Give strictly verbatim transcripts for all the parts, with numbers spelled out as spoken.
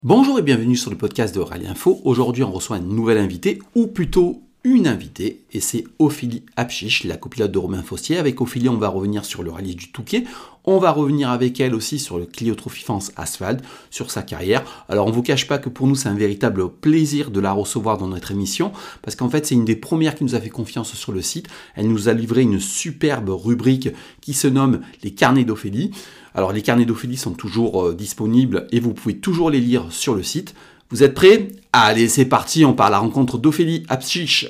Bonjour et bienvenue sur le podcast de Rallye Info. Aujourd'hui, on reçoit un nouvel invité, ou plutôt une invitée, et c'est Ophélie Apchiche, la copilote de Romain Fossier. Avec Ophélie, on va revenir sur le rallye du Touquet. On va revenir avec elle aussi sur le Clio Trophy France Asphalt, sur sa carrière. Alors, on ne vous cache pas que pour nous, c'est un véritable plaisir de la recevoir dans notre émission, parce qu'en fait, c'est une des premières qui nous a fait confiance sur le site. Elle nous a livré une superbe rubrique qui se nomme « Les carnets d'Ophélie ». Alors, les carnets d'Ophélie sont toujours euh, disponibles et vous pouvez toujours les lire sur le site. Vous êtes prêts ? Allez, c'est parti, on part à la rencontre d'Ophélie Apchiche.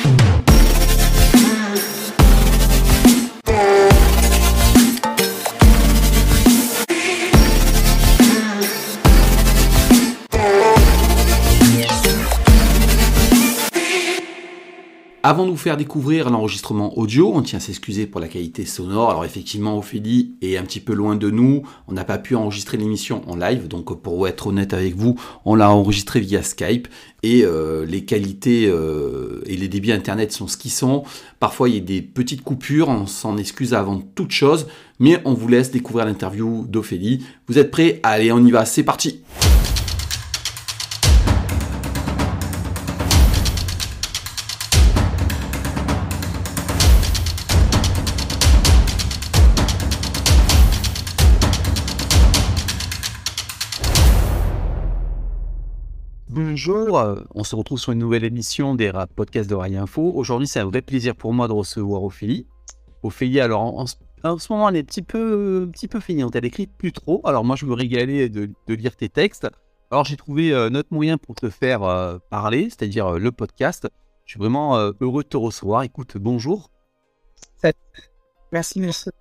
Avant de vous faire découvrir l'enregistrement audio, on tient à s'excuser pour la qualité sonore. Alors effectivement, Ophélie est un petit peu loin de nous. On n'a pas pu enregistrer l'émission en live. Donc pour être honnête avec vous, on l'a enregistré via Skype. Et euh, les qualités euh, et les débits internet sont ce qu'ils sont. Parfois, il y a des petites coupures. On s'en excuse avant toute chose. Mais on vous laisse découvrir l'interview d'Ophélie. Vous êtes prêts ? Allez, on y va. C'est parti ! Bonjour, on se retrouve sur une nouvelle émission des podcasts de Rallye Info. Aujourd'hui, c'est un vrai plaisir pour moi de recevoir Ophélie. Ophélie, alors en, en, en ce moment, elle est un petit peu, un petit peu feignante, elle écrit plus trop. Alors moi, je me régalais de, de lire tes textes. Alors j'ai trouvé euh, notre moyen pour te faire euh, parler, c'est-à-dire euh, le podcast. Je suis vraiment euh, heureux de te recevoir. Écoute, bonjour. Merci, merci.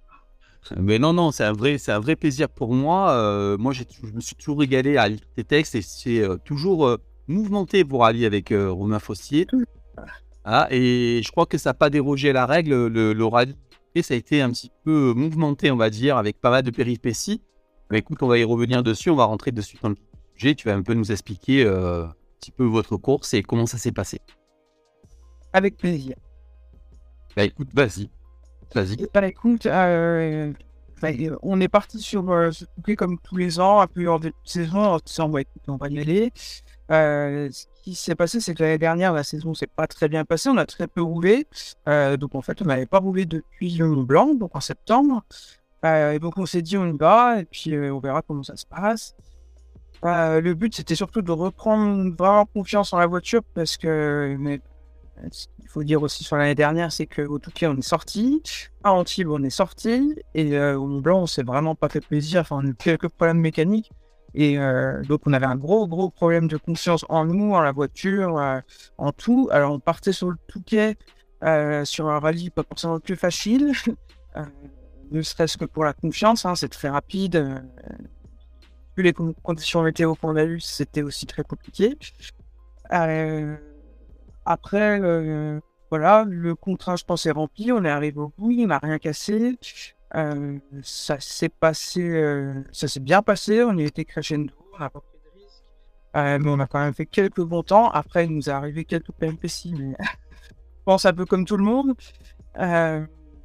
Mais non, non, c'est un vrai, c'est un vrai plaisir pour moi. Euh, moi, j'ai, je me suis toujours régalé à lire tes textes et c'est euh, toujours euh, mouvementé pour aller avec euh, Romain Fossier. Ah, et je crois que ça n'a pas dérogé à la règle. Le, le rallye, ça a été un petit peu mouvementé, on va dire, avec pas mal de péripéties. Mais écoute, on va y revenir dessus, on va rentrer de suite dans le sujet. Tu vas un peu nous expliquer euh, un petit peu votre course et comment ça s'est passé. Avec plaisir. Bah écoute, vas-y. Vas-y. Bah écoute, euh, bah, on est parti sur euh, ce Touquet comme tous les ans, un peu en début de saison, en se disant, ouais, écoute, on va y aller. Euh, ce qui s'est passé, c'est que l'année dernière, la saison s'est pas très bien passée, on a très peu roulé. Euh, donc en fait, on n'avait pas roulé depuis le Mont Blanc, donc en septembre. Euh, et donc on s'est dit, on y va, et puis euh, on verra comment ça se passe. Euh, le but, c'était surtout de reprendre vraiment confiance en la voiture, parce que... Mais, ce qu'il faut dire aussi sur l'année dernière, c'est qu'au Touquet, on est sorti. À Antibes, on est sorti. Et euh, au Mont Blanc, on s'est vraiment pas fait plaisir. Enfin, on a eu quelques problèmes mécaniques. Et euh, donc, on avait un gros, gros problème de confiance en nous, en la voiture, euh, en tout. Alors, on partait sur le Touquet, euh, sur un rallye pas forcément plus facile. euh, ne serait-ce que pour la confiance, hein, c'est très rapide. Euh, vu les conditions météo qu'on a eues, c'était aussi très compliqué. Euh, Après, euh, voilà, le contrat, je pense, est rempli. On est arrivé au bout, on n'a rien cassé. Euh, ça s'est passé, euh, ça s'est bien passé. On y a été crescendo, on n'a pas pris de risques. Euh, mais on a quand même fait quelques bons temps. Après, il nous est arrivé quelques péripéties, mais je pense un peu comme tout le monde. Euh,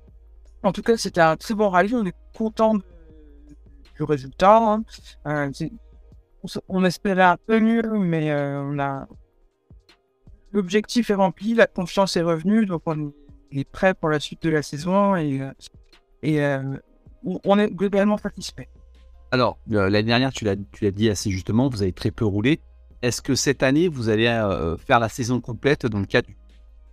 en tout cas, c'était un très bon rallye. On est content de, du résultat. Hein. Euh, on, on espérait un peu mieux, mais euh, on a l'objectif est rempli, la confiance est revenue, donc on est prêt pour la suite de la saison et, et euh, on est globalement satisfait. Alors, euh, l'année dernière, tu l'as, tu l'as dit assez justement, vous avez très peu roulé. Est-ce que cette année, vous allez euh, faire la saison complète dans le cadre du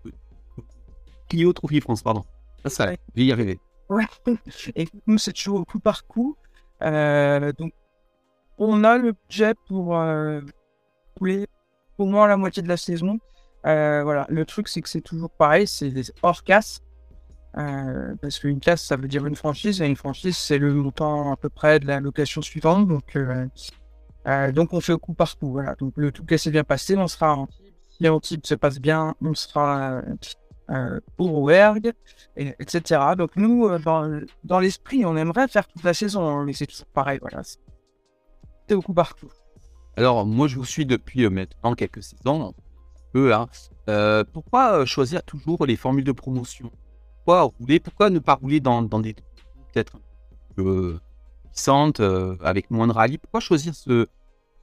Clio Trophy France, pardon. Ça, ça, ouais. Je vais y arriver. Ouais, et nous, c'est toujours au coup par coup. Euh, donc, on a le budget pour euh, rouler au moins la moitié de la saison. Euh, voilà, le truc c'est que c'est toujours pareil, c'est des hors casse. Euh, parce qu'une casse ça veut dire une franchise, et une franchise c'est le montant à peu près de la location suivante. Donc, euh, euh, donc on fait au coup par coup. Voilà. Donc le Touquet s'est bien passé, on sera en Antibes. Si Antibes se passe bien, on sera euh, au Rouergue, et, etc. Donc nous, euh, dans, dans l'esprit, on aimerait faire toute la saison, hein, mais c'est toujours pareil. Voilà, c'est au coup par coup. Alors, moi je vous suis depuis euh, maintenant quelques saisons. Peu, hein. Euh, pourquoi euh, choisir toujours les formules de promotion ? Pourquoi rouler ? Pourquoi ne pas rouler dans, dans des peut-être euh, puissantes, euh, avec moins de rallye ? Pourquoi choisir ce,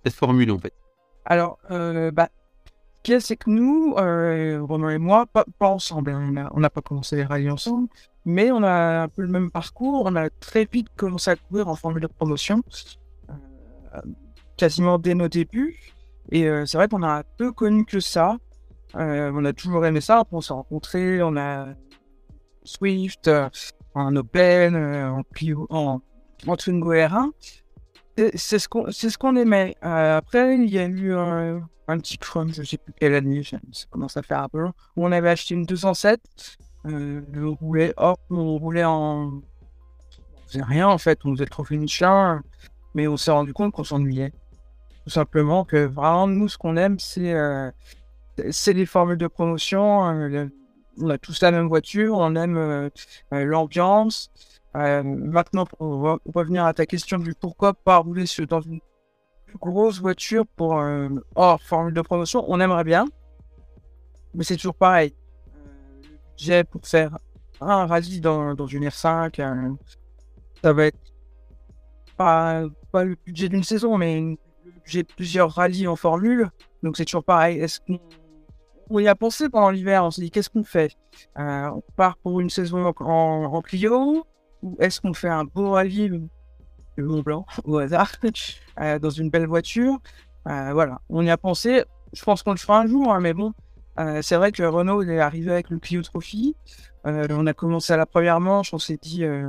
cette formule en fait? Alors, euh, bah, ce qu'il y a, c'est que nous, euh, Romain et moi, pas, pas ensemble, hein, on n'a on n'a pas commencé les rallyes ensemble, mais on a un peu le même parcours. On a très vite commencé à courir en formule de promotion, euh, quasiment dès nos débuts. Et euh, c'est vrai qu'on a un peu connu que ça. Euh, on a toujours aimé ça. Après, on s'est rencontrés, on a Swift, euh, en Open, euh, en Clio, en, en Twingo R un. Et C'est ce qu'on c'est ce qu'on aimait. Euh, après, il y a eu un, un petit crunch, je sais plus quelle année, ça ça commence à faire un peu long, où on avait acheté une deux cent sept. Euh, on roulait, hop, on roulait en. On faisait rien en fait, on faisait trop finisher, mais on s'est rendu compte qu'on s'ennuyait. Tout simplement que vraiment, nous, ce qu'on aime, c'est euh, c'est les formules de promotion. euh, le- on a tous la même voiture, on aime euh, euh, l'ambiance. Euh, maintenant, pour re- revenir à ta question du pourquoi pas rouler sur, dans une plus grosse voiture pour euh, hors formule de promotion, on aimerait bien, mais c'est toujours pareil. Euh, le budget pour faire un rallye dans, dans une R cinq, euh, ça va être pas, pas le budget d'une saison, mais une- le budget de plusieurs rallyes en formule. Donc c'est toujours pareil. Est-ce qu'on on y a pensé pendant l'hiver? On s'est dit qu'est-ce qu'on fait? Euh, On part pour une saison en, en, en Clio, ou est-ce qu'on fait un beau rallye, le le Mont Blanc au hasard, euh, dans une belle voiture? Euh, Voilà, on y a pensé. Je pense qu'on le fera un jour, hein, mais bon, euh, c'est vrai que Renault il est arrivé avec le Clio Trophy. Euh, on a commencé à la première manche, on s'est dit euh,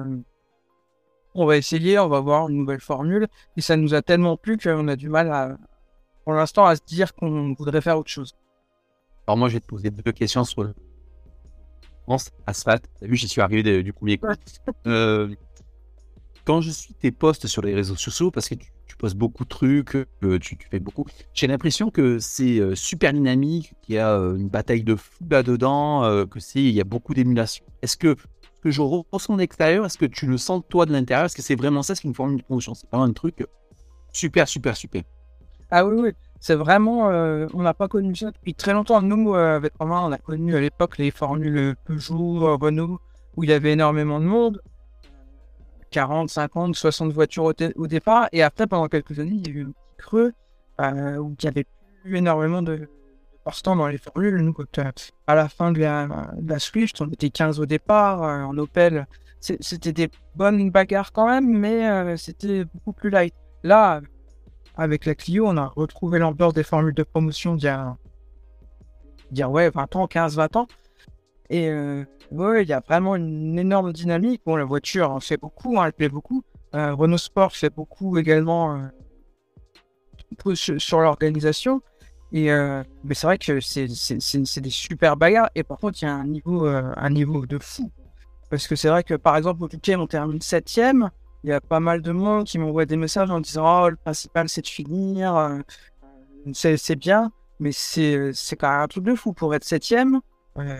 on va essayer, on va voir une nouvelle formule, et ça nous a tellement plu qu'on a du mal à, pour l'instant, à se dire qu'on voudrait faire autre chose. Alors moi, je vais te poser deux questions sur le France Asphalte. T'as vu, j'y suis arrivé de- du premier coup. Euh, quand je suis tes posts sur les réseaux sociaux, parce que tu, tu postes beaucoup de trucs, euh, tu, tu fais beaucoup, j'ai l'impression que c'est euh, super dynamique, qu'il y a euh, une bataille de fou là-dedans, euh, que c'est, il y a beaucoup d'émulation. Est-ce que ce que je ressens de l'extérieur, est-ce que tu le sens toi de l'intérieur? Est-ce que c'est vraiment ça, ce qui me forme une promotion? C'est vraiment un truc super, super, super. Ah oui, oui, c'est vraiment, euh, on n'a pas connu ça depuis très longtemps. Nous, euh, avec Romain, on a connu à l'époque les formules Peugeot, euh, Renault, où il y avait énormément de monde, quarante, cinquante, soixante voitures au, dé- au départ, et après, pendant quelques années, il y a eu un petit creux, euh, où il y avait plus énormément de, de partants dans les formules. Nous, quand, euh, à la fin de la, de la Swift, on était quinze au départ, euh, en Opel, c'est- c'était des bonnes bagarres quand même, mais euh, c'était beaucoup plus light. Là, avec la Clio, on a retrouvé l'ambiance des formules de promotion d'il y a, d'il y a, ouais, vingt ans, quinze, vingt ans. Et euh, ouais, il y a vraiment une énorme dynamique. Bon, la voiture en fait beaucoup, hein, elle plaît beaucoup. Euh, Renault Sport fait beaucoup également euh, peu sur, sur l'organisation. Et euh, mais c'est vrai que c'est, c'est, c'est, c'est des super bagarres. Et par contre, il y a un niveau, euh, un niveau de fou. Parce que c'est vrai que par exemple, au week-end, on termine septième. Il y a pas mal de monde qui m'envoie des messages en disant: oh, le principal, c'est de finir. euh, c'est, c'est bien. Mais c'est, c'est quand même un truc de fou pour être septième. Euh,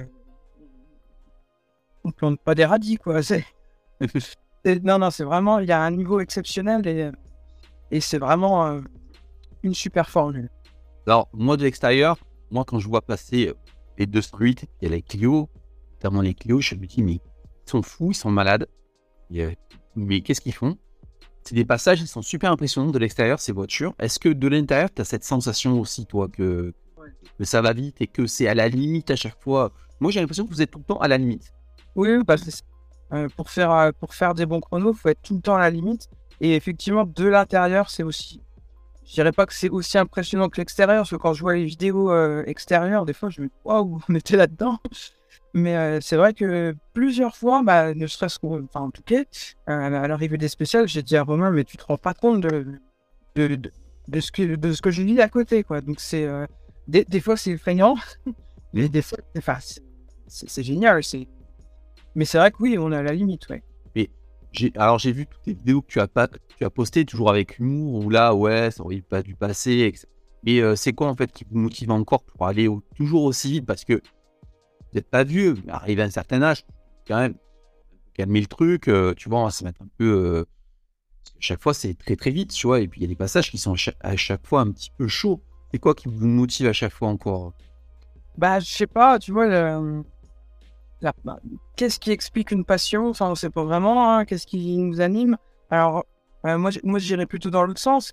on plante pas des radis, quoi. C'est, c'est- non, non, c'est vraiment, il y a un niveau exceptionnel et, et c'est vraiment euh, une super formule. Alors, moi de l'extérieur, moi quand je vois passer euh, les deux cent huit, il y a les Clio, notamment les Clio, je me dis, mais ils sont fous, ils sont malades. Et, euh, mais qu'est-ce qu'ils font? C'est des passages, ils sont super impressionnants de l'extérieur, ces voitures. Est-ce que de l'intérieur, tu as cette sensation aussi, toi, que, que ça va vite et que c'est à la limite à chaque fois? Moi, j'ai l'impression que vous êtes tout le temps à la limite. Oui, oui, parce que c'est- euh, pour faire, euh, pour faire des bons chronos, il faut être tout le temps à la limite. Et effectivement, de l'intérieur, c'est aussi. Je dirais pas que c'est aussi impressionnant que l'extérieur, parce que quand je vois les vidéos euh, extérieures, des fois, je me dis waouh, on était là-dedans. Mais euh, c'est vrai que plusieurs fois, bah, ne serait-ce qu'en enfin, en tout cas, euh, à l'arrivée des spéciales, j'ai dit à Romain, mais tu te rends pas compte de, de, de, de ce, que, de ce que je lis à côté, quoi. Donc, c'est, euh, des, des fois, c'est effrayant, mais des fois, enfin, c'est, c'est, c'est génial. C'est... Mais c'est vrai que oui, on est à la limite, ouais. Mais j'ai, alors, j'ai vu toutes les vidéos que tu as, pas, tu as postées, toujours avec humour, où là, ouais, ça aurait pas dû passer. et cetera. Mais euh, c'est quoi, en fait, qui vous motive encore pour aller au- toujours aussi vite? Parce que vous n'êtes pas vieux, mais arrivé à un certain âge, quand même, calmer le truc, euh, tu vois, on va se mettre un peu. Euh, chaque fois, c'est très très vite, tu vois, et puis il y a des passages qui sont à chaque, à chaque fois un petit peu chauds. C'est quoi qui vous motive à chaque fois encore? Bah, je sais pas, tu vois, le- la- bah, qu'est-ce qui explique une passion? Enfin, on sait pas vraiment, hein, qu'est-ce qui nous anime? Alors, euh, moi, j- moi, je dirais plutôt dans l'autre sens.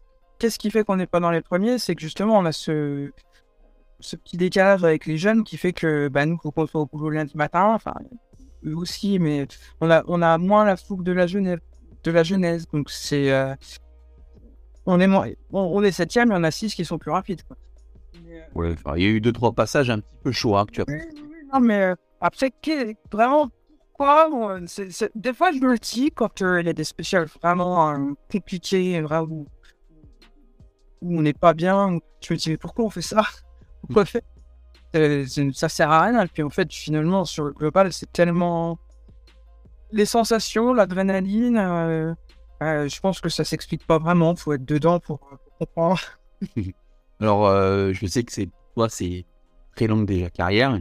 qu'est-ce qui fait qu'on n'est pas dans les premiers? C'est que justement, on a ce, ce petit décalage avec les jeunes qui fait que bah, nous, faut qu'on soit au boulot lundi matin, enfin, eux aussi, mais on a, on a moins la fougue de la jeunesse. De la jeunesse. Donc, c'est. Euh, on est moins, on, on est septième, il y en a six qui sont plus rapides. Quoi. Ouais, enfin, il y a eu deux, trois passages un petit peu chauds hein, que tu as. Oui, oui, non, mais euh, après, qu'est- vraiment, pourquoi on- c'est, c'est- des fois, je me le dis quand euh, il y a des spéciales vraiment euh, compliquées, vraiment, où, où on n'est pas bien, je me dis, mais pourquoi on fait ça? Pourquoi on fait euh, c'est- Ça sert à rien. Et puis en fait, finalement, sur le global, c'est tellement. Les sensations, l'adrénaline, euh, euh, je pense que ça s'explique pas vraiment. Faut être dedans pour, pour comprendre. Alors, euh, je sais que c'est toi, c'est très longue déjà carrière.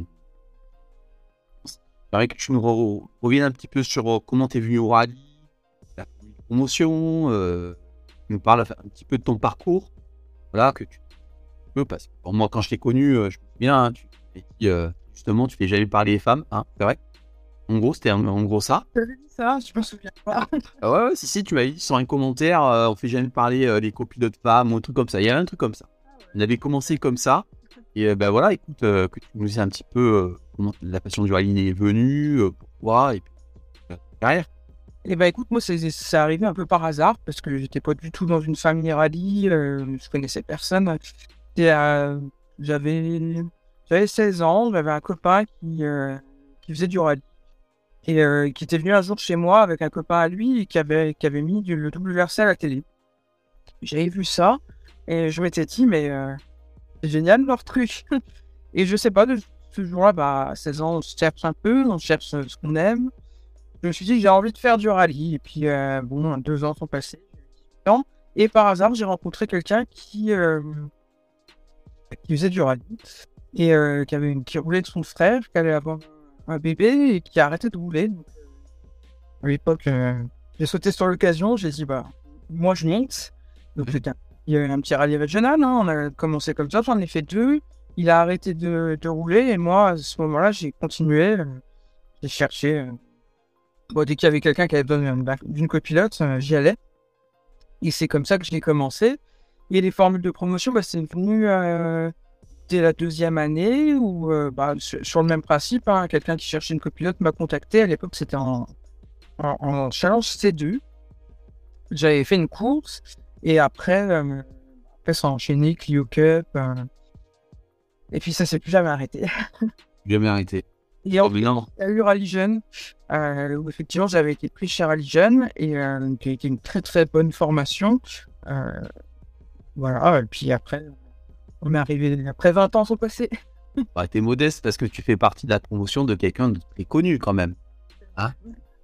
J'aimerais que tu nous re- reviennes un petit peu sur euh, comment tu es venu au rallye, la promotion, euh, tu nous parles un petit peu de ton parcours. Voilà, que tu peux, parce que pour moi, quand je t'ai connu, euh, je me souviens, hein, tu m'as dit, euh, justement, tu fais jamais parler des femmes, hein, c'est vrai. En gros, c'était en, en gros ça. J'avais dit ça, je me souviens pas. Ah ouais, ouais, si, si, tu m'avais dit sur un commentaire, euh, on fait jamais parler euh, les copilotes femmes ou un truc comme ça. Il y avait un truc comme ça. On avait commencé comme ça. Et euh, ben voilà, écoute, euh, que tu nous dises un petit peu euh, comment la passion du rallye est venue, euh, pourquoi, et puis euh, carrière. Et bah écoute, moi, c'est, c'est arrivé un peu par hasard, parce que j'étais pas du tout dans une famille rallye, euh, je connaissais personne. Et, euh, j'avais, j'avais seize ans, j'avais un copain qui, euh, qui faisait du rallye. Et euh, qui était venu un jour chez moi avec un copain à lui et qui avait, qui avait mis du, le W R C à la télé. J'avais vu ça et je m'étais dit, mais euh, c'est génial leur truc. Et je sais pas, de ce jour-là, bah, à seize ans, on se cherche un peu, on cherche ce qu'on aime. Je me suis dit que j'ai envie de faire du rallye. Et puis, euh, bon, deux ans sont passés. Et par hasard, j'ai rencontré quelqu'un qui, euh, qui faisait du rallye et euh, qui, avait une, qui roulait de son frère, qui allait avoir un bébé et qui a arrêté de rouler. Donc, à l'époque, euh, j'ai sauté sur l'occasion, j'ai dit, bah, moi je monte. Donc, putain, il y a eu un petit rallye régional, hein, on a commencé comme ça, j'en ai fait deux. Il a arrêté de, de rouler et moi, à ce moment-là, j'ai continué. euh, j'ai cherché. Euh, bon, dès qu'il y avait quelqu'un qui avait besoin d'une, d'une copilote, euh, j'y allais. Et c'est comme ça que j'ai commencé. Et les formules de promotion, bah, c'est venu euh, dès la deuxième année où, euh, bah, sur, sur le même principe, hein, quelqu'un qui cherchait une copilote m'a contacté. À l'époque, c'était en, en, en challenge C deux. J'avais fait une course et après, euh, après ça a enchaîné, Clio Cup. Euh, et puis ça s'est plus jamais arrêté. Jamais arrêté. Et en Oh, mais non. il y a eu Rally Jeune, euh, où effectivement j'avais été pris chez Rally Jeune et euh, qui a été une très très bonne formation. Euh, voilà, et puis après, on est arrivé, après vingt ans sont passés. Bah, t'es modeste parce que tu fais partie de la promotion de quelqu'un de très connu quand même. Hein?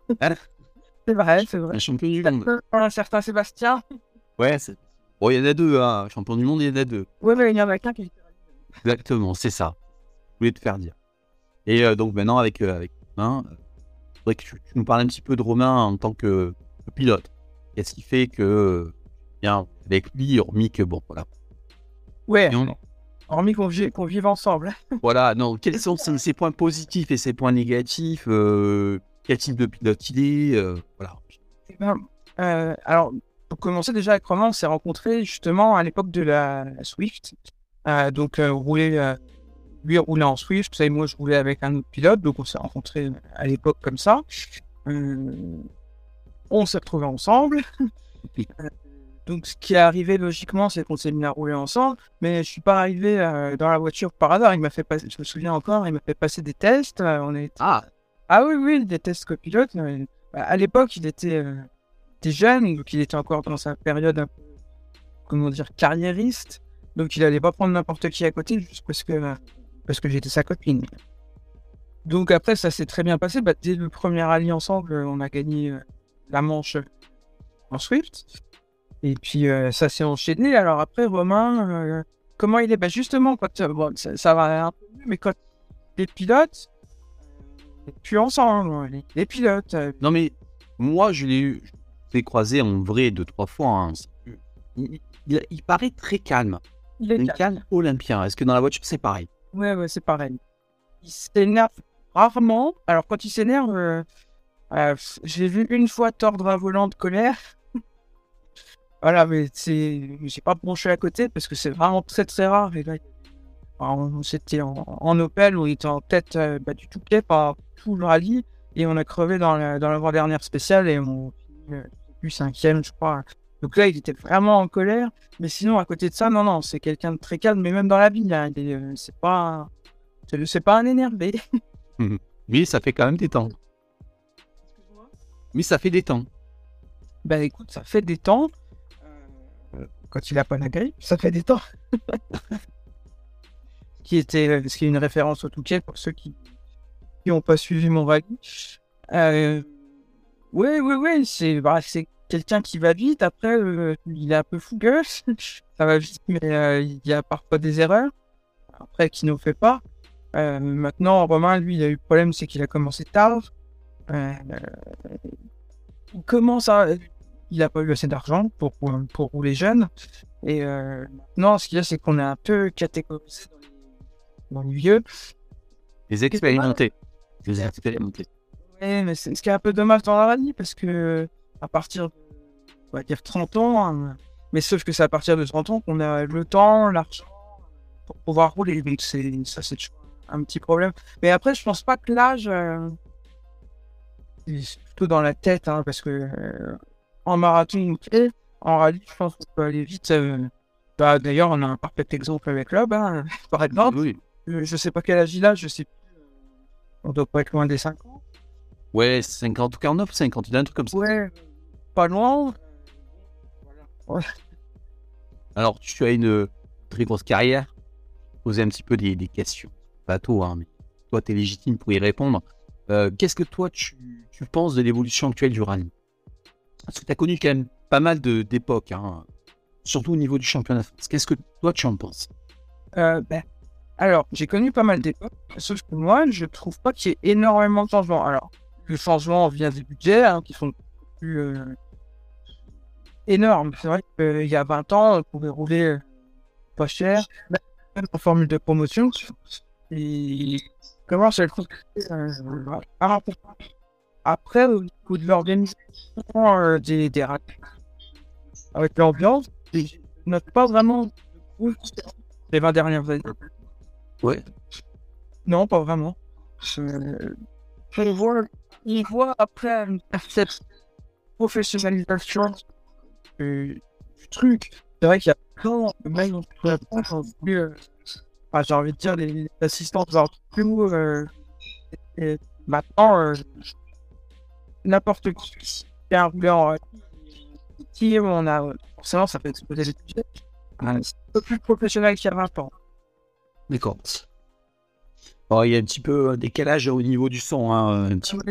C'est vrai, c'est vrai. Un champion du monde. Un certain Sébastien. Ouais, c'est... Bon, il y en a deux, hein. Champion du monde, il y en a deux. Ouais, mais il y en a qu'un qui a été Rally Jeune. Exactement, c'est ça. Je voulais te faire dire. Et euh, donc maintenant, avec, euh, avec Romain, il euh, faudrait que tu, tu nous parles un petit peu de Romain en tant que, que pilote. Qu'est-ce qui fait que, euh, bien, avec lui, hormis que, bon, voilà. Ouais, on... hormis qu'on vive, qu'on vive ensemble. Voilà, non, quels sont ses, ses points positifs et ses points négatifs euh, quel type de pilote il est euh, voilà. Eh ben, euh, alors, pour commencer, déjà avec Romain, on s'est rencontrés justement à l'époque de la, la Swift. Euh, donc, euh, rouler, euh, lui roulait en Swift, ça, et moi je roulais avec un autre pilote, donc on s'est rencontrés à l'époque comme ça. Euh, on s'est retrouvés ensemble. euh, donc, ce qui est arrivé logiquement, c'est qu'on s'est mis à rouler ensemble, mais je suis pas arrivé euh, dans la voiture par hasard. Il m'a fait passer, je me souviens encore, il m'a fait passer des tests. Euh, on est... Ah, ah oui, oui, des tests copilotes. Euh, à l'époque, il était, euh, était jeune, donc il était encore dans sa période un peu, comment dire, carriériste. Donc il allait pas prendre n'importe qui à côté juste parce que, parce que j'étais sa copine. Donc après, ça s'est très bien passé. Bah, dès le premier rallye ensemble, on a gagné euh, la manche en Swift. Et puis euh, ça s'est enchaîné. Alors après, Romain, euh, comment il est? Bah justement, quand, euh, bon, ça, ça va un peu mieux, mais quand les pilotes, euh, puis ensemble, les, les pilotes. Euh, non mais moi je l'ai eu, je l'ai croisé en vrai deux trois fois. Hein. Il, il, il paraît très calme. il est Un calme. calme olympien. Est-ce que dans la voiture c'est pareil? Ouais, ouais, c'est pareil. Il s'énerve rarement. Alors quand il s'énerve, euh, euh, j'ai vu une fois tordre un volant de colère. Voilà, mais c'est, j'ai pas branché à côté parce que c'est vraiment très très rare. Et là, on- c'était en, en Opel où il était en tête euh, bah, du Touquet par tout le rallye et on a crevé dans, la, dans l'avant-dernière spéciale et on finit euh, plus cinquième, je crois. Donc là, il était vraiment en colère. Mais sinon, à côté de ça, non, non, c'est quelqu'un de très calme, mais même dans la vie, hein, il est, euh, c'est pas, c'est, c'est pas un énervé. Mhm. Oui, ça fait quand même des temps. Oui, ça fait des temps. Bah écoute, ça fait des temps. Euh, quand il a pas la grippe, ça fait des temps. Qui était, euh, ce qui est une référence au Touquet pour ceux qui n'ont pas suivi mon rallye. Euh, oui, oui, oui, c'est, bah, c'est quelqu'un qui va vite. Après, euh, il est un peu fougueux. Ça va vite, mais euh, il y a parfois des erreurs. Après, qui n'en fait pas. Euh, maintenant, Romain, lui, il a eu le problème, c'est qu'il a commencé tard. Euh, il commence à... Il n'a pas eu assez d'argent pour, pour, pour rouler jeune. Et euh, maintenant, ce qu'il y a, c'est qu'on est un peu catégorisé dans les, dans les vieux. Les expérimentés. Les expérimentés. Oui, mais c'est ce qui est un peu dommage dans la rallye, parce que à partir de, on va dire trente ans, hein, mais sauf que c'est à partir de trente ans qu'on a le temps, l'argent pour pouvoir rouler. Donc c'est, ça, c'est toujours un petit problème. Mais après, je pense pas que l'âge, euh, c'est plutôt dans la tête, hein, parce que euh, en marathon, ok, en rallye, je pense qu'on peut aller vite. euh, bah, d'ailleurs, on a un parfait exemple avec Lob, hein, par exemple. Oui. Euh, Je sais pas quel âge il a, je sais plus. On doit pas être loin des cinq ans. Ouais, cinquante ou quarante-neuf, cinquante, un truc comme ça. Ouais, pas loin. Ouais. Alors, tu as une très grosse carrière. Poser un petit peu des, des questions. Pas toi, hein, mais toi, tu es légitime pour y répondre. Euh, qu'est-ce que toi, tu, tu penses de l'évolution actuelle du rallye? Parce que tu as connu quand même pas mal de, d'époques, hein, surtout au niveau du championnat de France. Qu'est-ce que toi, tu en penses? Euh, ben, alors, j'ai connu pas mal d'époques, sauf que moi, je trouve pas qu'il y ait énormément de changements. Alors, le changement vient des budgets, hein, qui sont plus euh, énormes. C'est vrai qu'il y a vingt ans, on pouvait rouler euh, pas cher, même en formule de promotion. Et comment ça le trouve euh, par rapport- Après, au niveau de l'organisation euh, des, des rallyes, avec l'ambiance, je note pas vraiment de grosses différences les vingt dernières années. Ouais. Non, pas vraiment. Euh, je vois, il voit après une cette professionnalisation euh, du truc. C'est vrai qu'il y a plein de mecs dans toute la France qui ont voulu, euh, ah, j'ai envie de dire, les, les assistants vers plus haut. Euh, et maintenant, euh, n'importe qui qui a un rouleur en qui on a, forcément, ça fait exploser les budgets. Euh, C'est un peu plus professionnel qu'il y a vingt ans. D'accord. Bon, il y a un petit peu un décalage au niveau du son. Hein, un petit peu.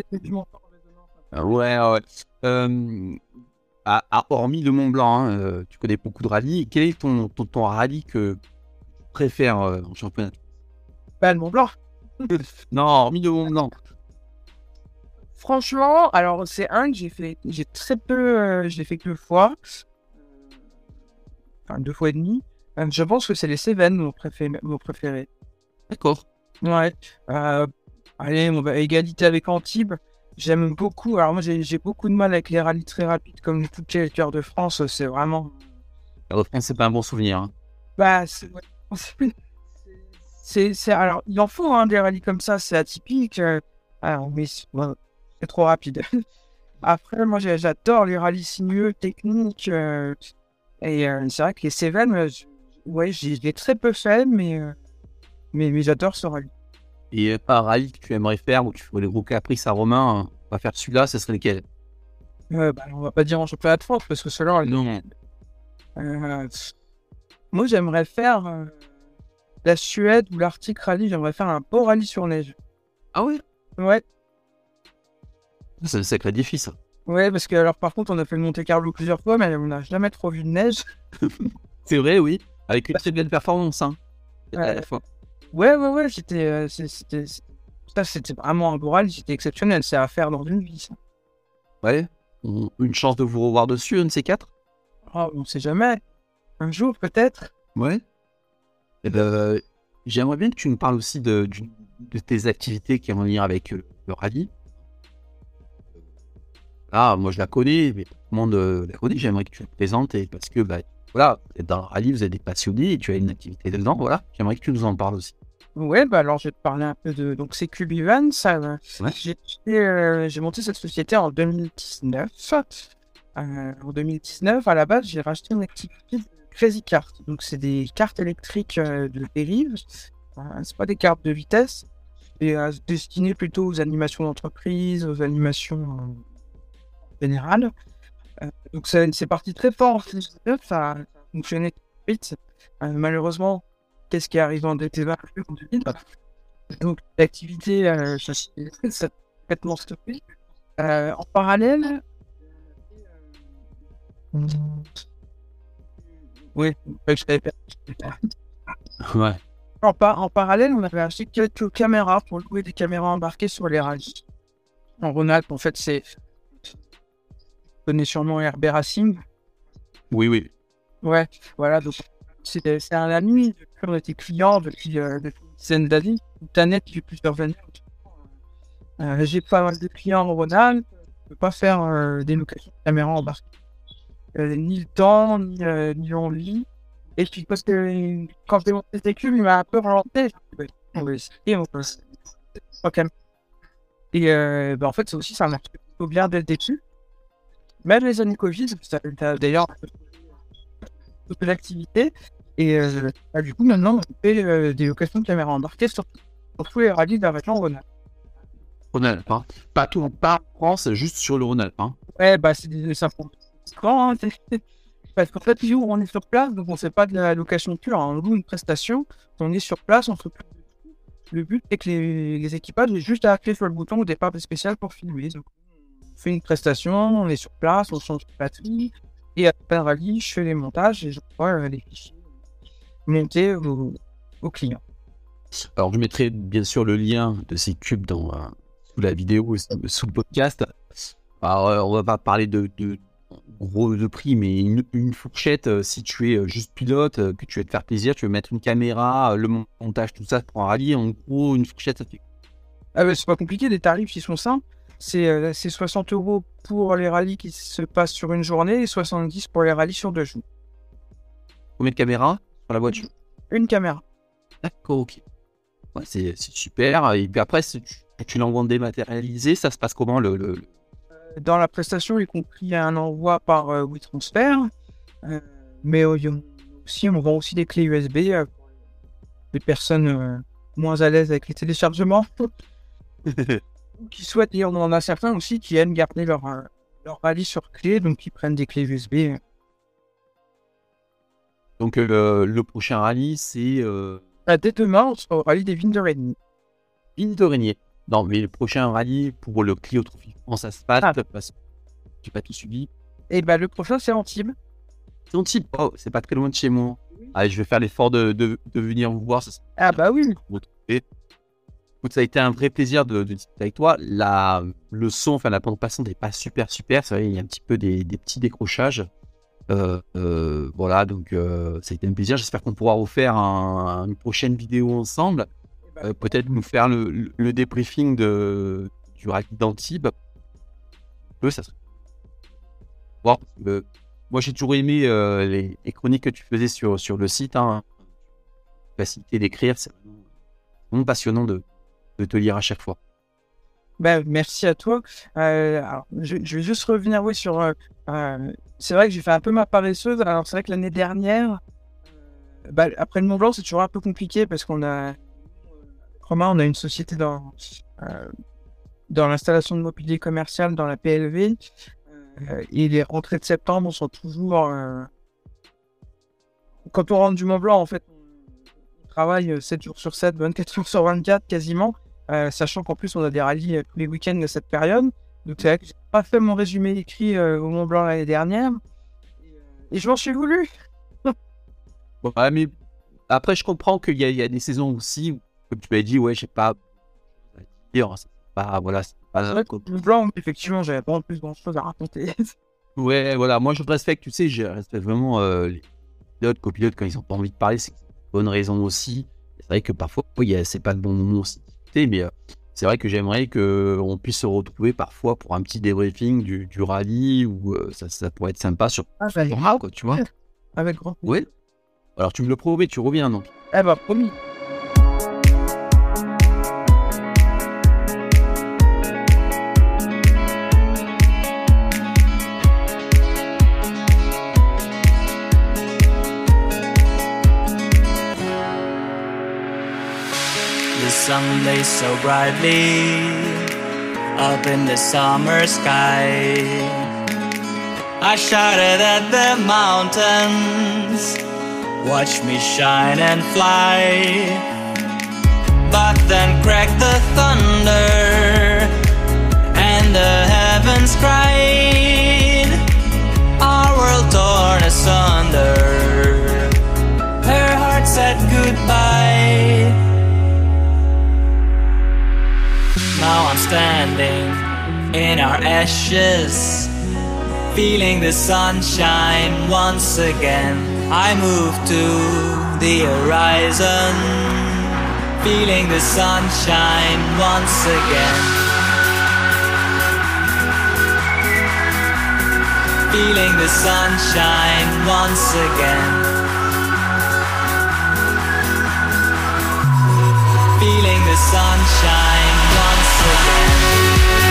Ouais, ouais. Euh, à, à- hormis le Mont Blanc, hein, euh, tu connais beaucoup de rallyes. Quel est ton, ton, ton rallye que tu préfères euh, en championnat? Bah, le Mont Blanc. Non, hormis le Mont Blanc. Franchement, alors c'est un que j'ai fait, j'ai très peu, euh, je l'ai fait que deux fois, enfin deux fois et demi. Euh, je pense que c'est les Cévennes mon préféré, mon préféré. D'accord. Ouais. Euh, allez, on va égalité avec Antibes. J'aime beaucoup. Alors moi, j'ai j'ai beaucoup de mal avec les rallyes très rapides comme toutes les Tours de France. C'est vraiment, La France, c'est pas un bon souvenir. Hein. bah, c'est, ouais. c'est, c'est, alors il en faut hein, des rallyes comme ça. C'est atypique. euh, Alors, mais c'est ouais, c'est trop rapide. Après, moi, j'ai- j'adore les rallyes sinueux, techniques. euh, et euh, c'est vrai que les Cévennes, euh, je- ouais, j'ai j'ai très peu fait, mais, euh, mais, mais j'adore ce rallye. Et euh, pas un rallye que tu aimerais faire où tu ferais les gros caprices à Romain, hein, on va faire celui-là, ce serait lequel? Euh, bah, on va pas dire en championnat de France, parce que cela, Non. euh, moi, j'aimerais faire euh, la Suède ou l'Arctique Rally. J'aimerais faire un beau rallye sur neige. Ah ouais? Ouais, C'est un sacré défi, ça. ouais, parce que alors par contre, on a fait le Monte Carlo plusieurs fois, mais on n'a jamais trop vu de neige. C'est vrai, oui. Avec une très belle performance, hein. À Ouais. la fois. Ouais, ouais, ouais, c'était, euh, c'est- c'était, c'est- ça, c'était vraiment un beau rallye, c'était exceptionnel. C'est à faire dans une vie, ça. Ouais. On- Une chance de vous revoir dessus, un de ces quatre. Oh, on sait jamais. Un jour, peut-être. Ouais. Eh ben, j'aimerais bien que tu nous parles aussi de, du- de tes activités qui ont en lien avec euh, le rallye. Ah, moi je la connais, mais tout le monde euh, la connaît. J'aimerais que tu la présentes et parce que bah, voilà, vous êtes dans le rallye, vous êtes des passionnés et tu as une activité dedans. Voilà, j'aimerais que tu nous en parles aussi. Ouais, bah alors je vais te parler un peu de. Donc c'est Cube Events. Ça, euh, Ouais. j'ai, euh, j'ai monté cette société en deux mille dix-neuf. Euh, en deux mille dix-neuf, à la base, j'ai racheté une activité de Crazy Kart. Donc c'est des cartes électriques euh, de dérive. Euh, c'est pas des cartes de vitesse. Et euh, destinées plutôt aux animations d'entreprise, aux animations euh, générales. Euh, donc c'est, c'est parti très fort en deux mille dix-neuf. Ça a fonctionné très vite. Euh, malheureusement, qu'est-ce qui est arrivé en deux mille vingt en deux mille vingt. Donc, l'activité, euh, ça s'est ça s'est complètement stoppé. Euh, en parallèle, euh, oui, je savais pas. Ouais. En, par- en parallèle, on avait acheté quelques caméras pour louer des caméras embarquées sur les rallyes. En Rhône-Alpes, en fait, c'est. Tu connais sûrement R B Racing. Oui, oui. Ouais, voilà, donc c'est, c'est un ami, on était clients depuis, euh, depuis une dizaine d'années. Internet depuis plusieurs années. Euh, j'ai pas mal de clients en Rhône-Alpes, je peux pas faire euh, des locations de caméras embarquées. Euh, ni le temps, ni, euh, ni l'envie. Et puis parce que euh, quand j'ai monté cette cubes, il m'a un peu relancé. Ouais, on va essayer, on peut. Ok. Et euh, bah, en fait, c'est aussi, ça marche plutôt bien dès le début. Même les années Covid, ça a d'ailleurs toute l'activité. Et euh, bah, du coup, maintenant, on fait euh, des locations de caméras embarquées sur, sur tous les rallyes de la région Rhône-Alpes. Rhône-Alpes, hein. Pas tout, pas en France, juste sur le Rhône-Alpes. Hein. Ouais, bah, c'est des infos. Hein, c'est... Parce qu'en fait, toujours, on est sur place, donc on ne fait pas de la location pure. Hein. On loue une prestation, on est sur place, on s'occupe de tout. Le but, c'est que les, les équipages aient juste à appuyer sur le bouton au départ spécial pour filmer. Donc, on fait une prestation, on est sur place, on change de batterie. Et après le rallye, je fais les montages et je vois euh, les fichiers montés aux, aux clients. Alors, je mettrai bien sûr le lien de ces cubes dans, euh, sous la vidéo, sous, sous le podcast. Alors, euh, on va pas parler de, de gros de prix, mais une, une fourchette, euh, si tu es euh, juste pilote, euh, que tu veux te faire plaisir, tu veux mettre une caméra, euh, le montage, tout ça pour un rallye, en gros, une fourchette, ça fait. Ah bah, c'est pas compliqué, les tarifs ils sont simples. C'est, euh, c'est soixante euros pour les rallyes qui se passent sur une journée et soixante-dix pour les rallyes sur deux jours. Combien de caméras sur la voiture? Une caméra. D'accord, ok. Ouais, c'est, c'est super. Et puis après, si tu, tu l'envoies dématérialisé, ça se passe comment le, le... Dans la prestation, y compris un envoi par euh, WeTransfer. Euh, mais euh, aussi, on vend aussi des clés U S B euh, pour les personnes euh, moins à l'aise avec les téléchargements. Qui souhaitent, et on en a certains aussi qui aiment garder leur, euh, leur rallye sur clé, donc qui prennent des clés U S B. Donc euh, le, le prochain rallye, c'est... Euh... Ah, dès demain, on sera au rallye des Vignes de Régnier. Vignes de Régnier. Non, mais le prochain rallye pour le Clio Trophy France Asphalte, Ah. parce que tu n'as pas tout suivi. Et bah le prochain, c'est Antibes. C'est Antibes. Oh, c'est pas très loin de chez moi. Allez, je vais faire l'effort de, de, de venir vous voir. Ça sera Ah bah oui. Écoute, ça a été un vrai plaisir de, de discuter avec toi. La, le son, enfin la bande passante n'est pas super super. C'est vrai, il y a un petit peu des, des petits décrochages. Euh, euh, voilà, donc euh, ça a été un plaisir. J'espère qu'on pourra refaire un, une prochaine vidéo ensemble. Euh, peut-être nous faire le, le, le débriefing de, du rallye d'Antibes. Peu, ça serait. Bon, euh, moi, j'ai toujours aimé euh, les, les chroniques que tu faisais sur, sur le site. Hein. Facilité d'écrire, c'est vraiment, vraiment passionnant de, de te lire à chaque fois. Ben, merci à toi. Euh, alors, je, je vais juste revenir oui, sur... Euh, euh, c'est vrai que j'ai fait un peu ma paresseuse. Alors, c'est vrai que l'année dernière, euh, bah, après le Mont Blanc, c'est toujours un peu compliqué parce qu'on a... Romain, on a une société dans, euh, dans l'installation de mobilier commercial dans la P L V. Euh, et les rentrées de septembre sont toujours... Euh... Quand on rentre du Mont Blanc, en fait, on travaille sept jours sur sept, vingt-quatre jours sur vingt-quatre quasiment. Euh, sachant qu'en plus on a des rallyes euh, tous les week-ends de cette période. Donc c'est vrai que j'ai pas fait mon résumé écrit euh, au Mont Blanc l'année dernière. Et, euh, et je m'en suis voulu. Bon, ouais, mais après je comprends qu'il y a, il y a des saisons aussi où, comme tu m'as dit, ouais, j'ai pas à dire, c'est pas, voilà, c'est pas... C'est vrai qu'au Mont Blanc, effectivement, j'avais pas en plus grand chose à raconter. Ouais, voilà, moi je respecte, tu sais, je respecte vraiment euh, les pilotes, copilotes quand ils ont pas envie de parler, c'est une bonne raison aussi. C'est vrai que parfois, il y a, c'est pas le bon moment aussi. Mais euh, c'est vrai que j'aimerais qu'on puisse se retrouver parfois pour un petit débriefing du, du rallye, ou euh, ça, ça pourrait être sympa sur Ah, bah, sur Rao, quoi, tu vois. avec grand plaisir. Oui. Alors tu me le promets, tu reviens donc. Eh ben, promis. The sun blazed so brightly up in the summer sky. I shouted at the mountains, watch me shine and fly. But then cracked the thunder and the heavens cried. Our world torn asunder. Her heart said goodbye. Now I'm standing in our ashes, feeling the sunshine once again. I move to the horizon, feeling the sunshine once again. Feeling the sunshine once again. Feeling the sunshine once again.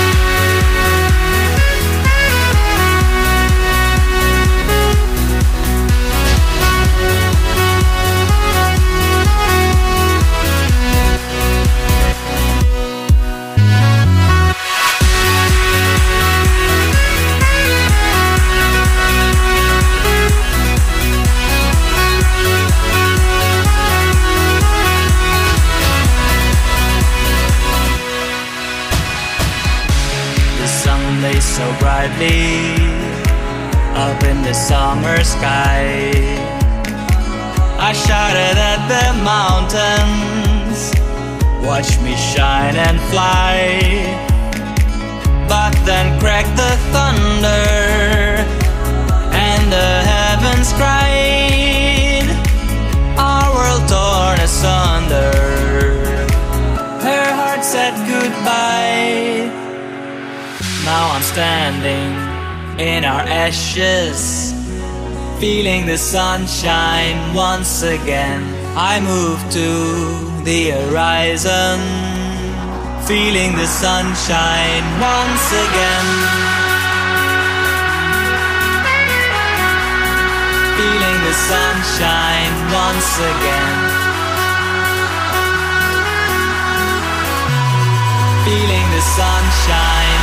So brightly up in the summer sky. I shouted at the mountains, watch me shine and fly. But then cracked the thunder and the heavens cried. Our world torn asunder. Her heart said goodbye. Now I'm standing in our ashes, feeling the sunshine once again. I move to the horizon, feeling the sunshine once again. Feeling the sunshine once again. Feeling the sunshine